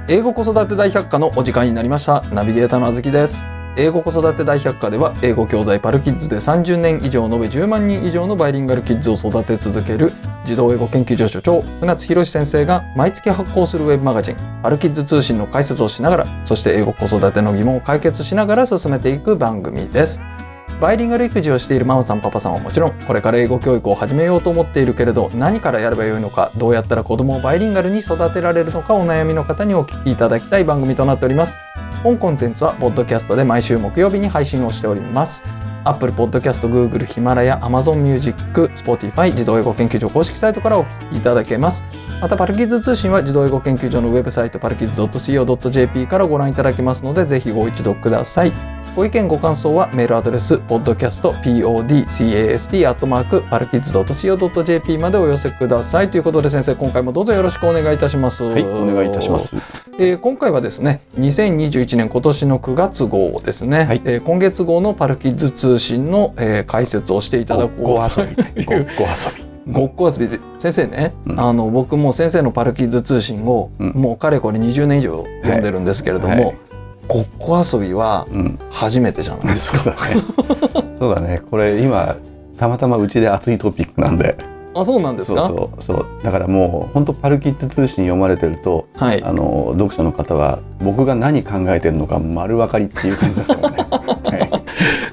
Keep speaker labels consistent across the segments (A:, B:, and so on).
A: 英語子育て大百科のお時間になりました。ナビゲーターのあずきです。英語子育て大百科では英語教材パルキッズで30年以上延べ10万人以上のバイリンガルキッズを育て続ける児童英語研究所所長船津博史先生が毎月発行するウェブマガジンパルキッズ通信の解説をしながら、そして英語子育ての疑問を解決しながら進めていく番組です。バイリンガル育児をしているママさんパパさんはもちろん、これから英語教育を始めようと思っているけれど何からやればよいのか、どうやったら子供をバイリンガルに育てられるのかお悩みの方にお聞きいただきたい番組となっております。本コンテンツはポッドキャストで毎週木曜日に配信をしております。 Apple Podcast、Google、ヒマラヤ、Amazon Music、Spotify 児童英語研究所公式サイトからお聞きいただけます。またパルキッズ通信は児童英語研究所のウェブサイトパルキッズ .co.jp からご覧いただけますので、ぜひご一読ください。ご意見ご感想はメールアドレス podcast.podcast@parkids.co.jp までお寄せください。ということで先生、今回もどうぞよろしくお願いいたします。
B: はい、お願いいたします。
A: 今回はですね、2021年今年の9月号ですね、はい、今月号のパルキッズ通信の、解説をしていただこうというごっこ遊びで先生ね、僕も先生のパルキッズ通信を、もうかれこれ20年以上読んでるんですけれども、ごっこ遊びは初めてじゃないですか。
B: そうだね。これ今たまたまうちで熱いトピックなんで。
A: あ、そうなんですか。
B: そうだからもう本当パルキッズ通信読まれてると、はい、読者の方は僕が何考えてるのか丸分かりっていう感じだと思うね。はい、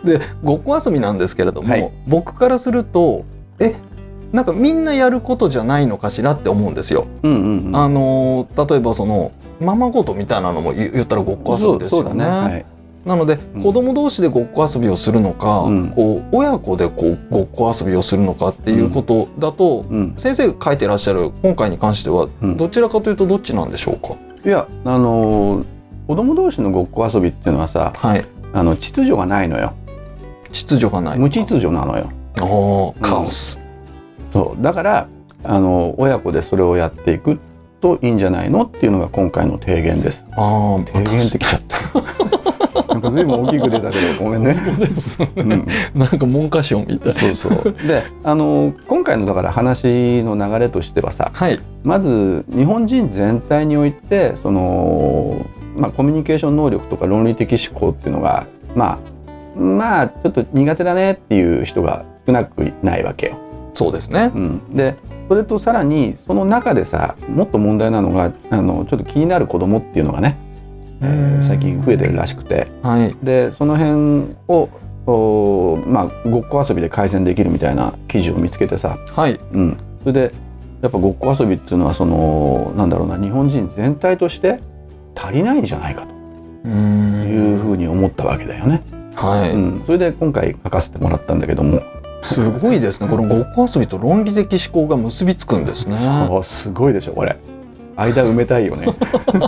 A: でごっこ遊びなんですけれども、はい、僕からするとなんかみんなやることじゃないのかしらって思うんですよ。例えばそのままごとみたいなのも言ったらごっこ遊びですよね。はい、なので、子供同士でごっこ遊びをするのか、こう親子でこうごっこ遊びをするのかっていうことだと、先生が書いてらっしゃる今回に関しては、どちらかというとどっちなんでしょうか。
B: いや、子供同士のごっこ遊びっていうのはさ、はい、秩序がないのよ。
A: 秩序がない。
B: 無秩序なのよ。
A: カオス。
B: そうだから親子でそれをやっていくといいんじゃないのっていうのが今回の提言です。
A: 提
B: 言ってきちゃった。なんか随分大きく出たけどごめんね。
A: 本当ですね。なんか文科省みたい。
B: そうで今回のだから話の流れとしてはさ、はい、まず日本人全体においてその、コミュニケーション能力とか論理的思考っていうのがまあちょっと苦手だねっていう人が少なくないわけよ。
A: そうですね。
B: でそれとさらにその中でさ、もっと問題なのがちょっと気になる子供っていうのがね、最近増えてるらしくて、はい、でその辺をごっこ遊びで改善できるみたいな記事を見つけてさ、はい、それでやっぱごっこ遊びっていうのはそのなんだろうな、日本人全体として足りないんじゃないかというふうに思ったわけだよね。はい、それで今回書かせてもらったんだけども。
A: すごいですね。このごっこ遊びと論理的思考が結びつくんですね。
B: すごいでしょこれ。間埋めたいよね。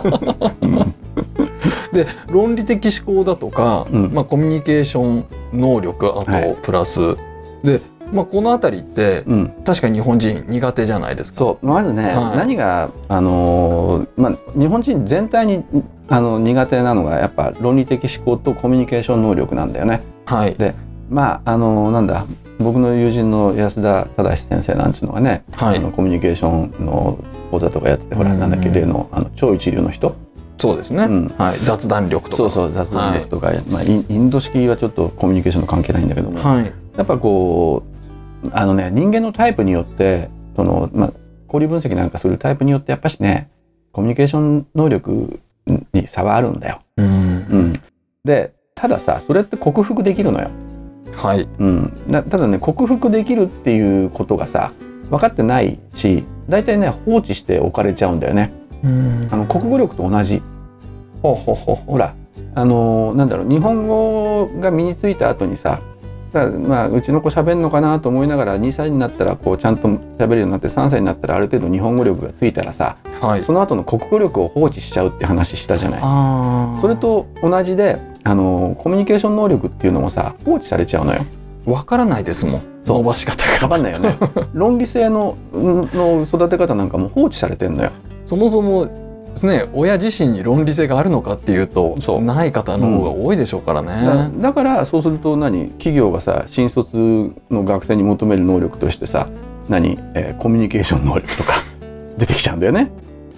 A: で論理的思考だとか、コミュニケーション能力、あとプラス、で、このあたりって、確かに日本人苦手じゃないですか。
B: そうまずね、何が日本人全体に苦手なのがやっぱ論理的思考とコミュニケーション能力なんだよね。はい、でなんだ、僕の友人の安田忠先生なんていうのがね、はい、コミュニケーションの講座とかやってて、ほらなんだっけ、例の超一流の人。
A: そうですね、はい、雑談力とか。
B: そう雑談力とか、インド式はちょっとコミュニケーションの関係ないんだけども、はい、やっぱこう人間のタイプによってその、交流分析なんかするタイプによってやっぱしね、コミュニケーション能力に差はあるんだよ。でたださ、それって克服できるのよ。はい、ただね、克服できるっていうことがさ分かってないし、大体ね放置しておかれちゃうんだよね。国語力と同じ。ほらなんだろう、日本語が身についた後にさ、うちの子喋るのかなと思いながら2歳になったらこうちゃんと喋るようになって、3歳になったらある程度日本語力がついたらさ、はい、その後の国語力を放置しちゃうって話したじゃない。それと同じでコミュニケーション能力っていうのもさ放置されちゃうのよ。
A: わからないですもん、伸ばし方が。
B: わかんないよね。論理性の育て方なんかも放置されてんのよ。
A: そもそもですね、親自身に論理性があるのかっていうとない方の方が多いでしょうからね。
B: だからそうすると企業がさ、新卒の学生に求める能力としてさ、コミュニケーション能力とか出てきちゃうんだよね。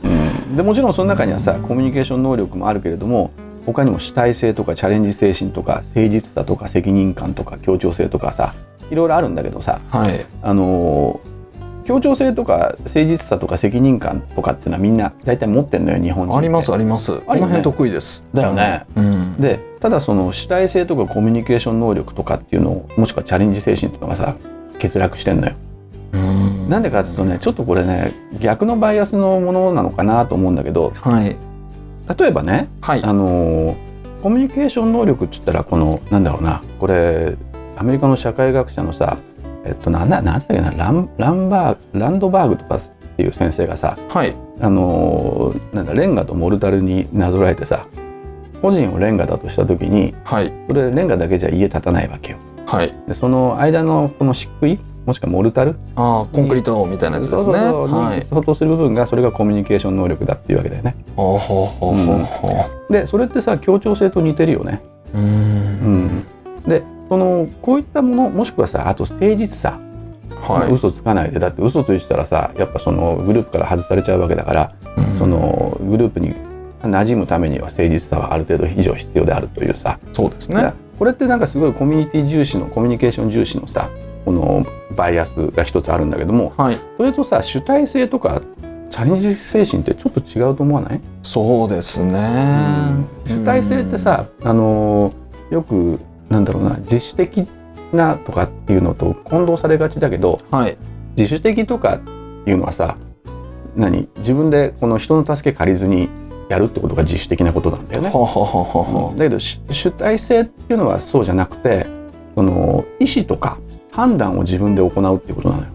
B: でもちろんその中にはさコミュニケーション能力もあるけれども、他にも主体性とかチャレンジ精神とか誠実さとか責任感とか協調性とかさ、いろいろあるんだけどさ、
A: はい、
B: 協調性とか誠実さとか責任感とかっていうのはみんな大体持ってんのよ、日本人って。
A: ありますあります。この辺得意です。
B: だよね。でただその主体性とかコミュニケーション能力とかっていうのを、もしくはチャレンジ精神っていうのがさ欠落してんのよ。なんでかっていうとね、ちょっとこれね逆のバイアスのものなのかなと思うんだけど、
A: はい、
B: 例えばね、
A: はい、
B: コミュニケーション能力って言ったら、このなんだろうな、これアメリカの社会学者のさ、なんだっけな、ランドバーグとかっていう先生がさ、
A: はい、
B: なんだレンガとモルタルになぞらえてさ、個人をレンガだとした時に、
A: はい、
B: それレンガだけじゃ家建たないわけよ。
A: はい、
B: でその間のこの漆喰もしくはモルタル、
A: コンクリートみたいなやつですね。
B: 相当する部分が、それがコミュニケーション能力だっていうわけだよね。でそれってさ協調性と似てるよね。でこういったもの、もしくはさ、あと誠実さ、嘘つかないで、だって嘘ついてたらさ、やっぱそのグループから外されちゃうわけだから、そのグループに馴染むためには誠実さはある程度以上必要であるというさ。
A: そうですね。
B: これってなんかすごいコミュニティ重視の、コミュニケーション重視のさ、このバイアスが一つあるんだけども、それとさ主体性とかチャレンジ精神ってちょっと違うと思わない？
A: そうですね。
B: 主体性ってさ、よくなんだろうな、自主的なとかっていうのと混同されがちだけど、自主的とかっていうのはさ、自分でこの人の助け借りずにやるってことが自主的なことなんだよね。だけど主体性っていうのはそうじゃなくて、その意思とか判断を自分で行うっていうことなのよ。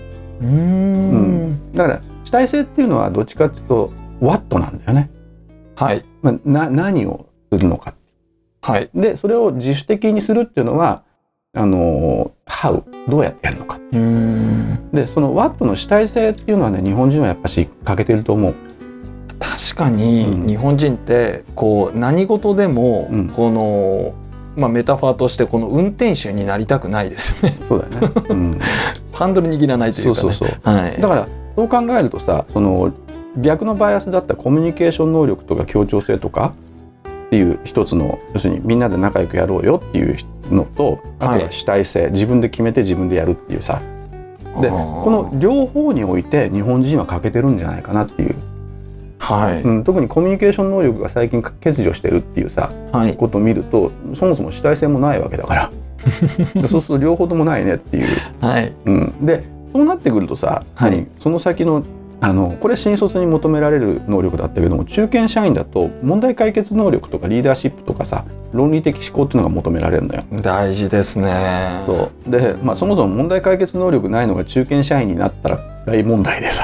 B: だから主体性っていうのはどっちかっていうと What なんだよね。何をするのか。でそれを自主的にするっていうのはHow どうやってやるのか。でその What の主体性っていうのはね、日本人はやっぱし欠けてると思う。
A: 確かに日本人ってこう何事でもこのメタファーとしてこの運転手になりたくないですよね。
B: そうだよね。
A: ハンドル握らないというかね。
B: だからそう考えるとさ、その逆のバイアスだったコミュニケーション能力とか協調性とかっていう一つの、要するにみんなで仲良くやろうよっていうのと、あとは主体性、自分で決めて自分でやるっていうさ。でこの両方において日本人は欠けてるんじゃないかなっていう。特にコミュニケーション能力が最近欠如してるっていうさ、ことを見ると、そもそも主体性もないわけだからそうすると両方ともないねっていう。でそうなってくるとさ、その先のこれ新卒に求められる能力だったけども、中堅社員だと問題解決能力とかリーダーシップとかさ、論理的思考っていうのが求められるのよ。
A: 大事ですね。
B: そうで、そもそも問題解決能力ないのが中堅社員になったら大問題でさ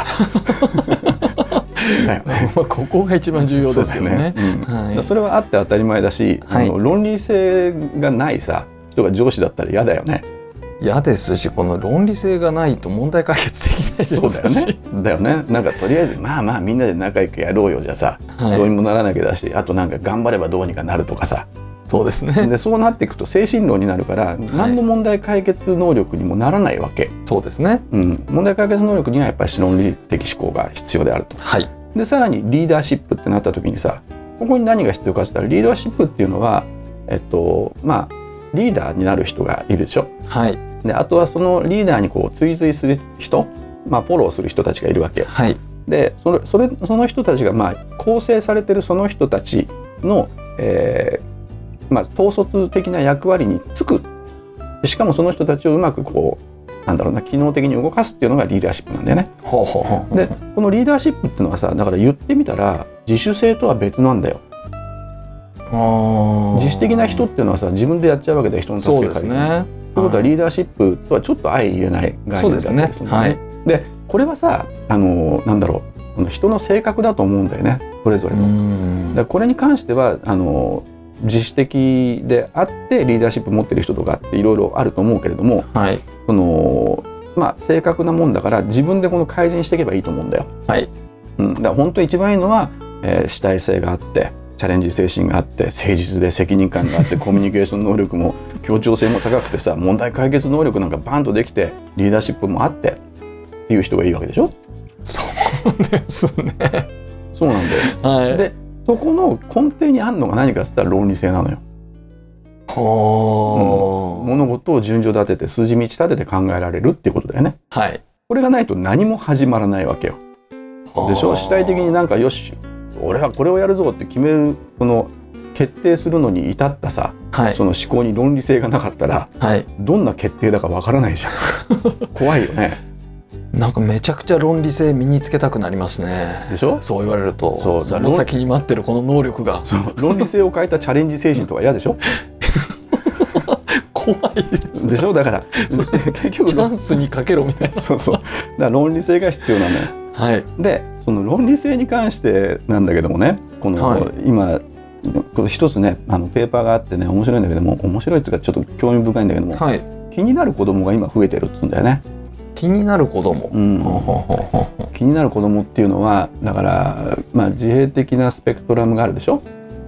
B: だよね。
A: ここが一番重要ですよね。
B: それはあって当たり前だし、論理性がないさ人が上司だったら嫌だよね。
A: 嫌ですし、この論理性がないと問題解決できないですし。
B: そうだよね。なんかとりあえずまあみんなで仲良くやろうよじゃさ、どうにもならなきゃだし、あとなんか頑張ればどうにかなるとかさ。
A: そうですね。
B: でそうなっていくと精神論になるから、何の問題解決能力にもならないわけ。
A: そうですね。
B: 問題解決能力にはやっぱり論理的思考が必要であると。でさらにリーダーシップってなった時にさ、ここに何が必要かって言ったら、リーダーシップっていうのはリーダーになる人がいるでしょ。であとはそのリーダーにこう追随する人、フォローする人たちがいるわけ。でその人たちが構成されてるその人たちの、統率的な役割につく。しかもその人たちをうまくこう機能的に動かすっていうのがリーダーシップなんだよね。でこのリーダーシップっていうのはさ、だから言ってみたら自主性とは別なんだよ。自主的な人っていうのはさ、自分でやっちゃうわけで、人の助け借りずに。ということはリーダーシップとはちょっと相入れない概念だったりするんだね。でこれはさ、人の性格だと思うんだよね、それぞれの。でこれに関しては自主的であってリーダーシップ持ってる人とかっていろいろあると思うけれども、正確なもんだから自分でこの改善していけばいいと思うんだよ。だから本当に一番いいのは、主体性があってチャレンジ精神があって誠実で責任感があってコミュニケーション能力も協調性も高くてさ、問題解決能力なんかバンとできてリーダーシップもあってっていう人がいいわけでしょ。
A: そうですね。
B: そうなんだよ、はい、でそこの根底にあるのが何かって言ったら論理性なのよ。物事を順序立てて筋道立てて考えられるっていうことだよね、はい、これがないと何も始まらないわけよ。でしょ。主体的になんかよし俺はこれをやるぞって決めるこの決定するのに至ったさ、はい、その思考に論理性がなかったら、はい、どんな決定だかわからないじゃん怖いよね。
A: なんかめちゃくちゃ論理性身につけたくなりますね。
B: でしょ。
A: そう言われるとその先に待ってるこの能力が
B: 論理性を変えたチャレンジ精神とか嫌でしょ
A: 怖いですね。
B: でしょ。だから
A: 結局チャンスにかけろみたいな
B: そうだから論理性が必要なのよ、はい、でその論理性に関してなんだけどもねこの、はい、今これ一つねペーパーがあってね面白いんだけども面白いっていうかちょっと興味深いんだけども、はい、気になる子供が今増えてるっつうんだよね。
A: 気になる子供、うん、
B: 気になる子供っていうのはだから、自閉的なスペクトラムがあるでしょ。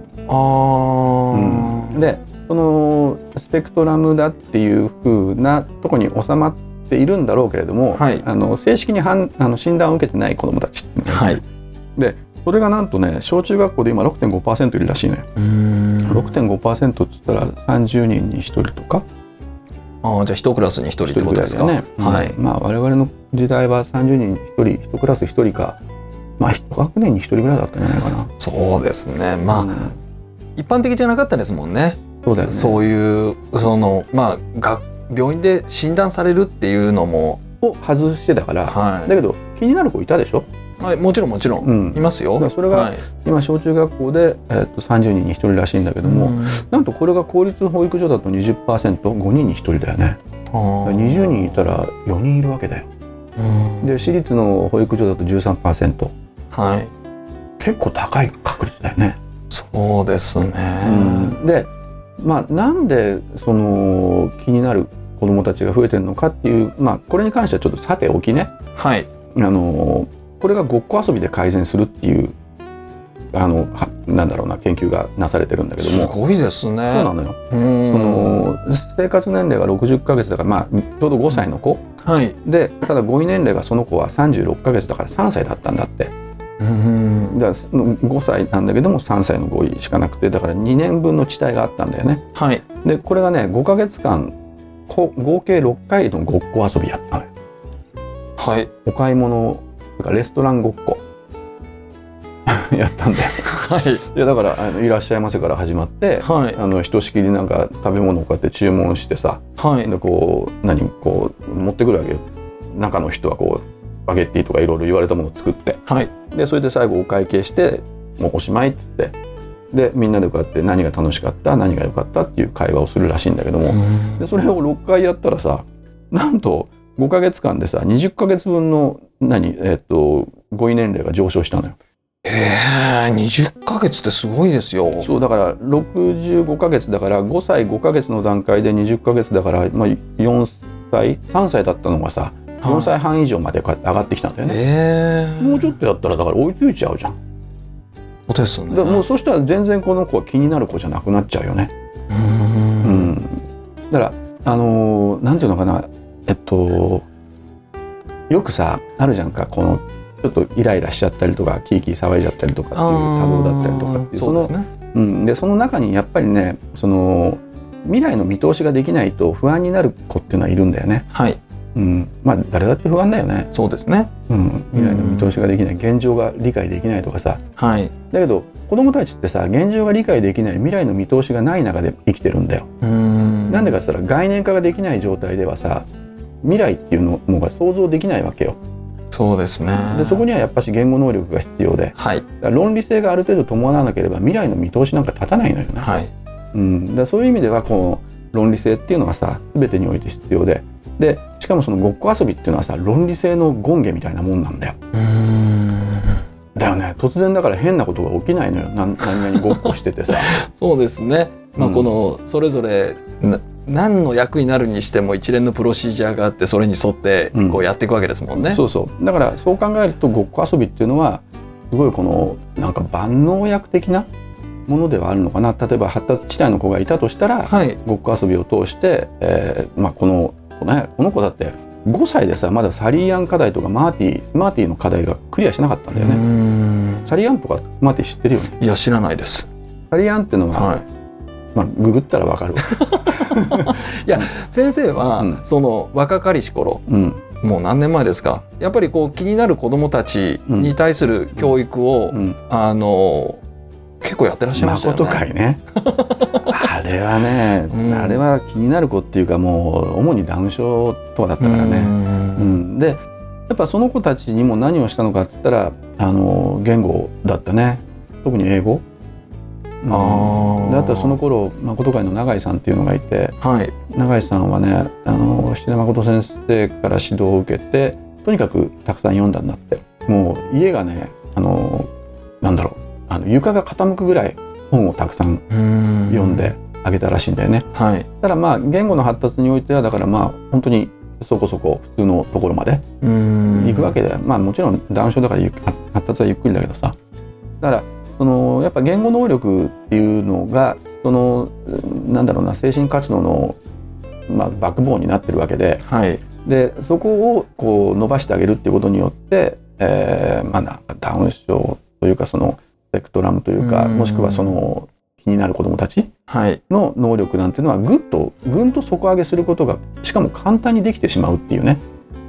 B: でそのスペクトラムだっていう風なとこに収まっているんだろうけれども、はい、正式に診断を受けてない子供たちっていうのが、はい、でそれがなんとね小中学校で今 6.5% いるらしいのよ。6.5% っつったら30人に1人とか。
A: じゃあ1クラスに1人ってことですか。ね、
B: はい。我々の時代は30人に1人1クラス1人か1学年に1人ぐらいだったんじゃないかな。
A: そうですね。一般的じゃなかったですもんね。
B: そうだよね。
A: そういう病院で診断されるっていうのも
B: を外してたから、はい、だけど気になる子いたでしょ。
A: はい、もちろん、いますよ。
B: だからそれが今小中学校で、30人に1人らしいんだけども、なんとこれが公立保育所だと 20%5 人に1人だよね。20人いたら4人いるわけだよ。で私立の保育所だと 13%、はい、結構高い確率だよね。
A: そうですね、
B: で、なんでその気になる子どもたちが増えてるのかっていう、これに関してはちょっとさておきね、はい、これがごっこ遊びで改善するっていうなんだろうな研究がなされてるんだけども。
A: すごいですね。
B: そうなのよ。その生活年齢が60ヶ月だから、ちょうど5歳の子、はい、でただ語彙年齢がその子は36ヶ月だから3歳だったんだって。だから5歳なんだけども3歳の語彙しかなくてだから2年分の遅滞があったんだよね。はい、でこれがね5ヶ月間合計6回のごっこ遊びやったのよ。はい、お買い物レストランごっこやったんだよ。はい、いやだからいらっしゃいませから始まって、はい、ひとしきりなんか食べ物をこうやって注文してさ、はい、でこう持ってくるわけよ。中の人はこうスパゲッティとかいろいろ言われたものを作って、はい、でそれで最後お会計してもうおしまいって言ってでみんなでこうやって何が楽しかった何が良かったっていう会話をするらしいんだけども、でそれを6回やったらさなんと5ヶ月間でさ20ヶ月分の語彙年齢が上昇したのよ。
A: 20ヶ月ってすごいですよ。
B: そうだから65ヶ月だから5歳5ヶ月の段階で20ヶ月だから、4歳3歳だったのがさ4歳半以上までこうやって上がってきたんだよね。もうちょっとやったらだから追いついちゃうじゃん。
A: そうですね。
B: もうそしたら全然この子は気になる子じゃなくなっちゃうよね。だからなんていうのかなよくさあるじゃんかこのちょっとイライラしちゃったりとかキーキー騒いじゃったりとかっていう多忙だったりとかっていう
A: そうですね。
B: でその中にやっぱりねその未来の見通しができないと不安になる子っていうのはいるんだよね。はい。誰だって不安だよね。
A: そうですね。
B: 未来の見通しができない現状が理解できないとかさ。はい。だけど子供たちってさ現状が理解できない未来の見通しがない中で生きてるんだよ。なんでかって言ったら概念化ができない状態ではさ未来っていうのが想像できないわけよ。
A: そうですね。
B: でそこにはやっぱし言語能力が必要で、はい、論理性がある程度伴わなければ未来の見通しなんか立たないのよね。はい、だそういう意味ではこの論理性っていうのがさ全てにおいて必要で、しかもそのごっこ遊びっていうのはさ論理性の権下みたいなもんなんだよ。だよね。突然だから変なことが起きないのよ。何々ごっこしててさ
A: そうですね。このそれぞれ何の役になるにしても一連のプロシージャーがあってそれに沿ってこうやっていくわけですもんね。
B: そうそう。だからそう考えるとごっこ遊びっていうのはすごいこのなんか万能薬的なものではあるのかな。例えば発達遅滞の子がいたとしたら、はい、ごっこ遊びを通して、この子だって 5歳でさまだサリーアン課題とかスマーティーの課題がクリアしなかったんだよね。サリーアンとかスマーティー知ってるよね。
A: いや知らないです。
B: サリーアンっていうのは、はい、まあ、ググったらわかる
A: いや先生は、その若かりし頃、もう何年前ですか、やっぱりこう気になる子どもたちに対する教育を、結構やってらっしゃいましたよね。
B: 誠会ねあれはね、あれは気になる子っていうかもう主にダウン症とかだったからね。でやっぱその子たちにも何をしたのかって言ったら言語だったね。特に英語。であとはその頃誠会の永井さんっていうのがいて、はい、永井さんはね七根誠先生から指導を受けてとにかくたくさん読んだんだって。もう家がねなんだろう床が傾くぐらい本をたくさん読んであげたらしいんだよね。はい、ただまあ言語の発達においてはだからまあ本当にそこそこ普通のところまで行くわけで、まあもちろんダウン症だから発達はゆっくりだけどさ、だからやっぱ言語能力っていうのがなんだろうな精神活動の、バックボーンになってるわけで、はい、でそこをこう伸ばしてあげるっていうことによって、なんかダウン症というかそのスペクトラムというかもしくはその気になる子どもたちの能力なんていうのはぐんと底上げすることがしかも簡単にできてしまうっていうね。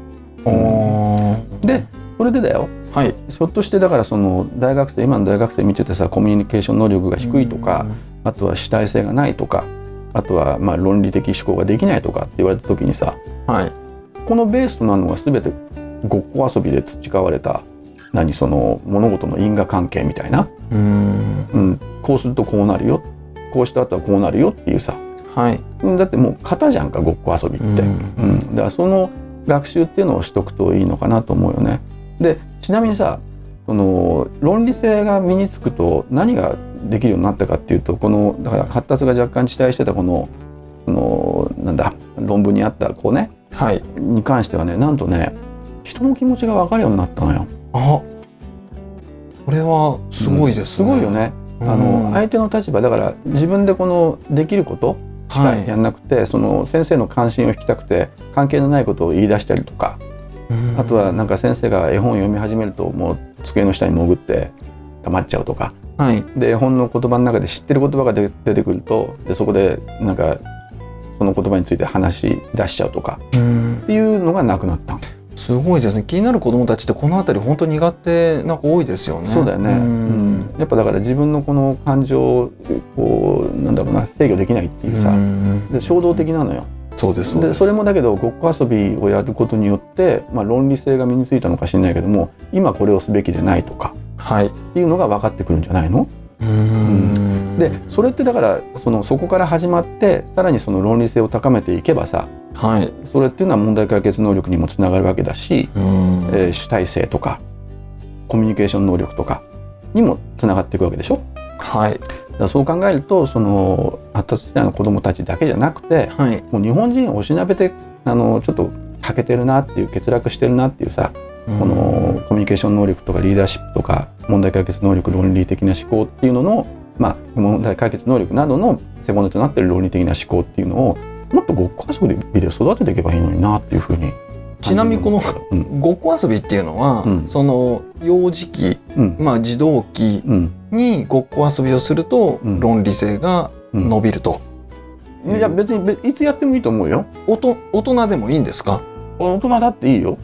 B: でそれでだよ、はい、ひょっとしてだからその今の大学生見ててさコミュニケーション能力が低いとかあとは主体性がないとかあとは論理的思考ができないとかって言われた時にさ、はい、このベースとなるのは全てごっこ遊びで培われたその物事の因果関係みたいな、こうするとこうなるよこうした後はこうなるよっていうさ、はい、だってもう型じゃんかごっこ遊びって、だからその学習っていうのをしとくといいのかなと思うよね。でちなみにさ論理性が身につくと何ができるようになったかっていうとだから発達が若干遅滞してたなんだ論文にあった子ね、はい、に関してはねなんとね人の気持ちが分かるようになったのよ。
A: あ、これはすごいですね。
B: すごいよね。相手の立場だから自分でできることしかやんなくて、はい、その先生の関心を引きたくて関係のないことを言い出したりとか、あとはなんか先生が絵本を読み始めるともう机の下に潜って黙っちゃうとか、はい、で絵本の言葉の中で知ってる言葉が出てくるとそこでなんかその言葉について話し出しちゃうとかっていうのがなくなった。
A: すごいですね。気になる子どもたちってこのあたり本当に苦手な子多いですよね。
B: そうだよね。やっぱだから自分のこの感情をなんだろうな制御できないっていうさ、で衝動的なのよ。
A: そうです。
B: でそれもだけどごっこ遊びをやることによって、論理性が身についたのか知らないけども今これをすべきでないとか、はい、っていうのが分かってくるんじゃないの？でそれってだからそこから始まってさらにその論理性を高めていけばさ、はい、それっていうのは問題解決能力にもつながるわけだし、主体性とかコミュニケーション能力とかにもつながっていくわけでしょ。はい、だからそう考えると発達時代の子どもたちだけじゃなくて、はい、もう日本人をおしなべてちょっと欠けてるなっていう欠落してるなっていうさ、このコミュニケーション能力とかリーダーシップとか問題解決能力論理的な思考っていうのの、問題解決能力などの背骨となっている論理的な思考っていうのをもっとごっこ遊びで育てていけばいいのになっていうふうに。
A: ちなみにこのごっこ遊びっていうのは、その幼児期、児童期にごっこ遊びをすると論理性が伸びると、
B: いや別にいつやってもいいと思うよ。
A: 大人でもいいんですか？
B: 大人だっていいよ。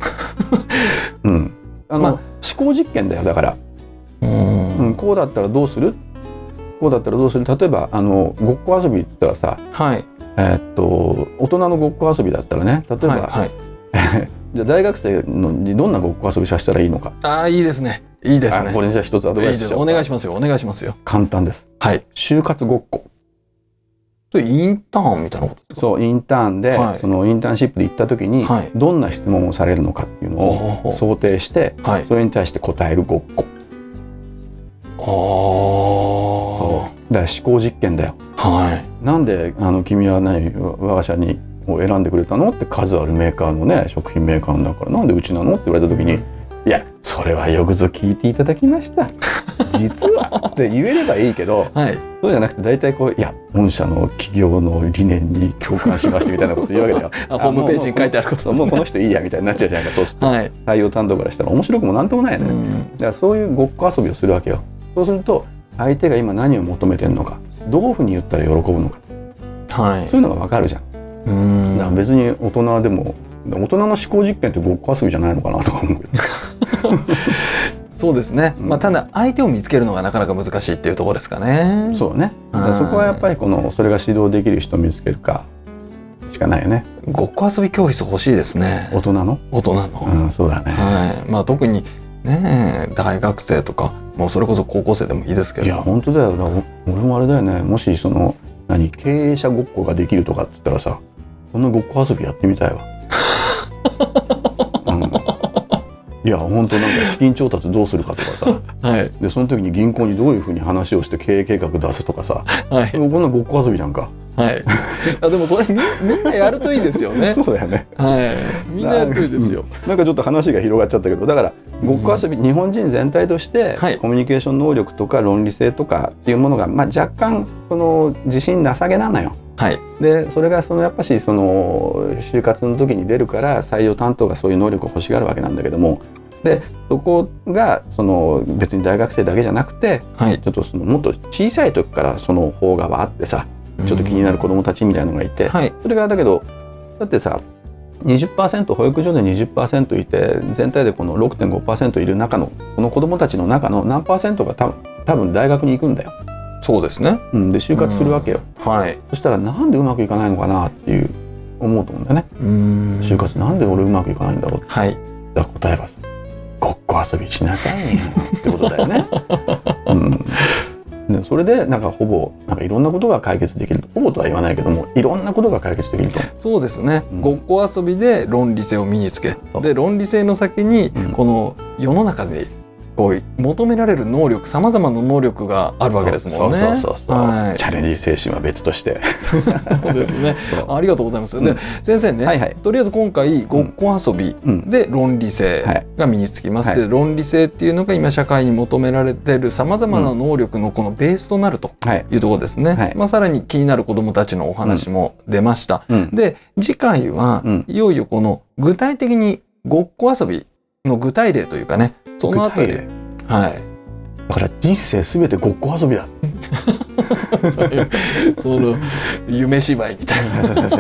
B: 思考実験だよだから、こうだったらどうする？こうだったらどうする？例えばごっこ遊びって言ったらさ、はい、大人のごっこ遊びだったらね、例えば、はい、じゃあ大学生にどんなごっこ遊びさせたらいいのか。
A: いいですね。いいですね。
B: これじゃあ一つアドバイスしちゃおうか。
A: お願いしますよ。お願いしますよ。
B: 簡単です。はい。就活ごっこ。
A: インターンみたいなことですか？そう、
B: インターンで、そのインターンシップで行った時に、どんな質問をされるのかっていうのを想定して、それに対して答えるごっこ。そうだから思考実験だよ。はい。なんで君は我が社を選んでくれたのって数あるメーカーのね食品メーカーだからなんでうちなのって言われた時に、いやそれはよくぞ聞いていただきました。 実はって言えればいいけど、
A: はい、
B: そうじゃなくて大体こういや御社の企業の理念に共感しましてみたいなこと言うわけだよ
A: ホームページに書いてあることですね。
B: もうこの人いいやみたいになっちゃうじゃないか。そうすると、
A: はい、
B: 採用担当からしたら面白くもなんともないよね、だからそういうごっこ遊びをするわけよ。そうすると相手が今何を求めてるのか、どういうふうに言ったら喜ぶのか、はい、そういうのが分かるじゃん。だから別に大人でも大人の思考実験ってごっこ遊びじゃないのかなとか思うけど
A: そうですね、ただ相手を見つけるのがなかなか難しいっていうところですかね。
B: そうね。だからそこはやっぱりそれが指導できる人を見つけるかしかないよね。
A: ごっこ遊び教室欲しいですね。大人の、
B: そうだね、
A: はい、特にね大学生とかもうそれこそ高校生でもいいですけど。
B: いや本当だよ。俺もあれだよね、もし経営者ごっこができるとかっつったらさ、そんなごっこ遊びやってみたいわいや本当なんか資金調達どうするかとかさ、はい、でその時に銀行にどういうふうに話をして経営計画出すとかさ、はい、こんなごっこ遊びじゃんか。はい、でもそれみんなやるといいですよね。そうだよね、はい、みんなやるといいですよ。なんかちょっと話が広がっちゃったけど、だからごっこ遊び、日本人全体としてコミュニケーション能力とか論理性とかっていうものが、若干自信なさげなのよ。はい、でそれがやっぱし就活の時に出るから採用担当がそういう能力を欲しがるわけなんだけども、でそこが別に大学生だけじゃなくて、はい、ちょっともっと小さい時からその方があってさ、ちょっと気になる子どもたちみたいなのがいて、はい、それがだけどだってさ 20% 保育所で 20% いて全体でこの 6.5% いる中のこの子どもたちの中の何%が多分大学に行くんだよ。そうですね、で就活するわけよ、はい、そしたらなんでうまくいかないのかなっていう思うと思うんだよね。就活なんで俺うまくいかないんだろう、はい、だから答えはごっこ遊びしなさいよってことだよね、でそれでほぼいろんなことが解決できる、ほぼとは言わないけどもいろんなことが解決できると思う。そうですね、ごっこ遊びで論理性を身につけ、で論理性の先にこの世の中で求められる能力、さまざまな能力があるわけですもんね。チャレンジ精神は別としてそうですねありがとうございます、で先生ね、とりあえず今回ごっこ遊びで論理性が身につきます、で論理性っていうのが今社会に求められているさまざまな能力のこのベースとなるというところですね、さらに気になる子どもたちのお話も出ました、で次回はいよいよこの具体的にごっこ遊びの具体例というかね、そのあたり、はい、だから人生すべてごっこ遊びだその夢芝居みたいな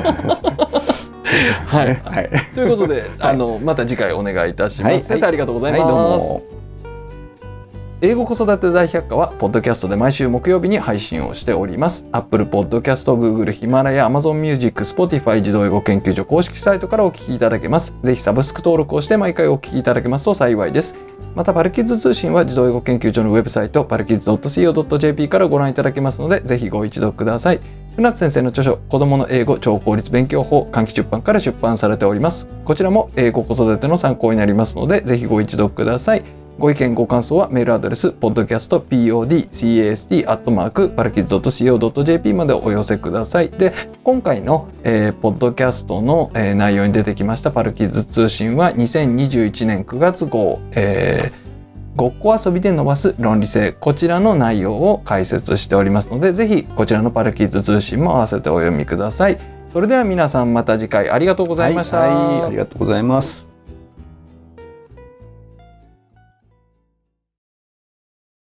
B: はい、はい、ということで、また次回お願いいたします、先生ありがとうございます、英語子育て大百科はポッドキャストで毎週木曜日に配信をしております。 Apple Podcast、Google、ヒマラヤ、Amazon Music、Spotify 児童英語研究所公式サイトからお聞きいただけます。ぜひサブスク登録をして毎回お聞きいただけますと幸いです。またパルキッズ通信は児童英語研究所のウェブサイトパルキッズ .co.jp からご覧いただけますので、ぜひご一読ください。船津先生の著書子どもの英語超効率勉強法、換気出版から出版されております。こちらも英語子育ての参考になりますので、ぜひご一読ください。ご意見ご感想はメールアドレス podcast.parkids.co.jp までお寄せください。で今回の、ポッドキャストの、内容に出てきましたパルキッズ通信は2021年9月号、ごっこ遊びで伸ばす論理性、こちらの内容を解説しておりますので、ぜひこちらのパルキッズ通信も合わせてお読みください。それでは皆さんまた次回ありがとうございました。はい、ありがとうございます。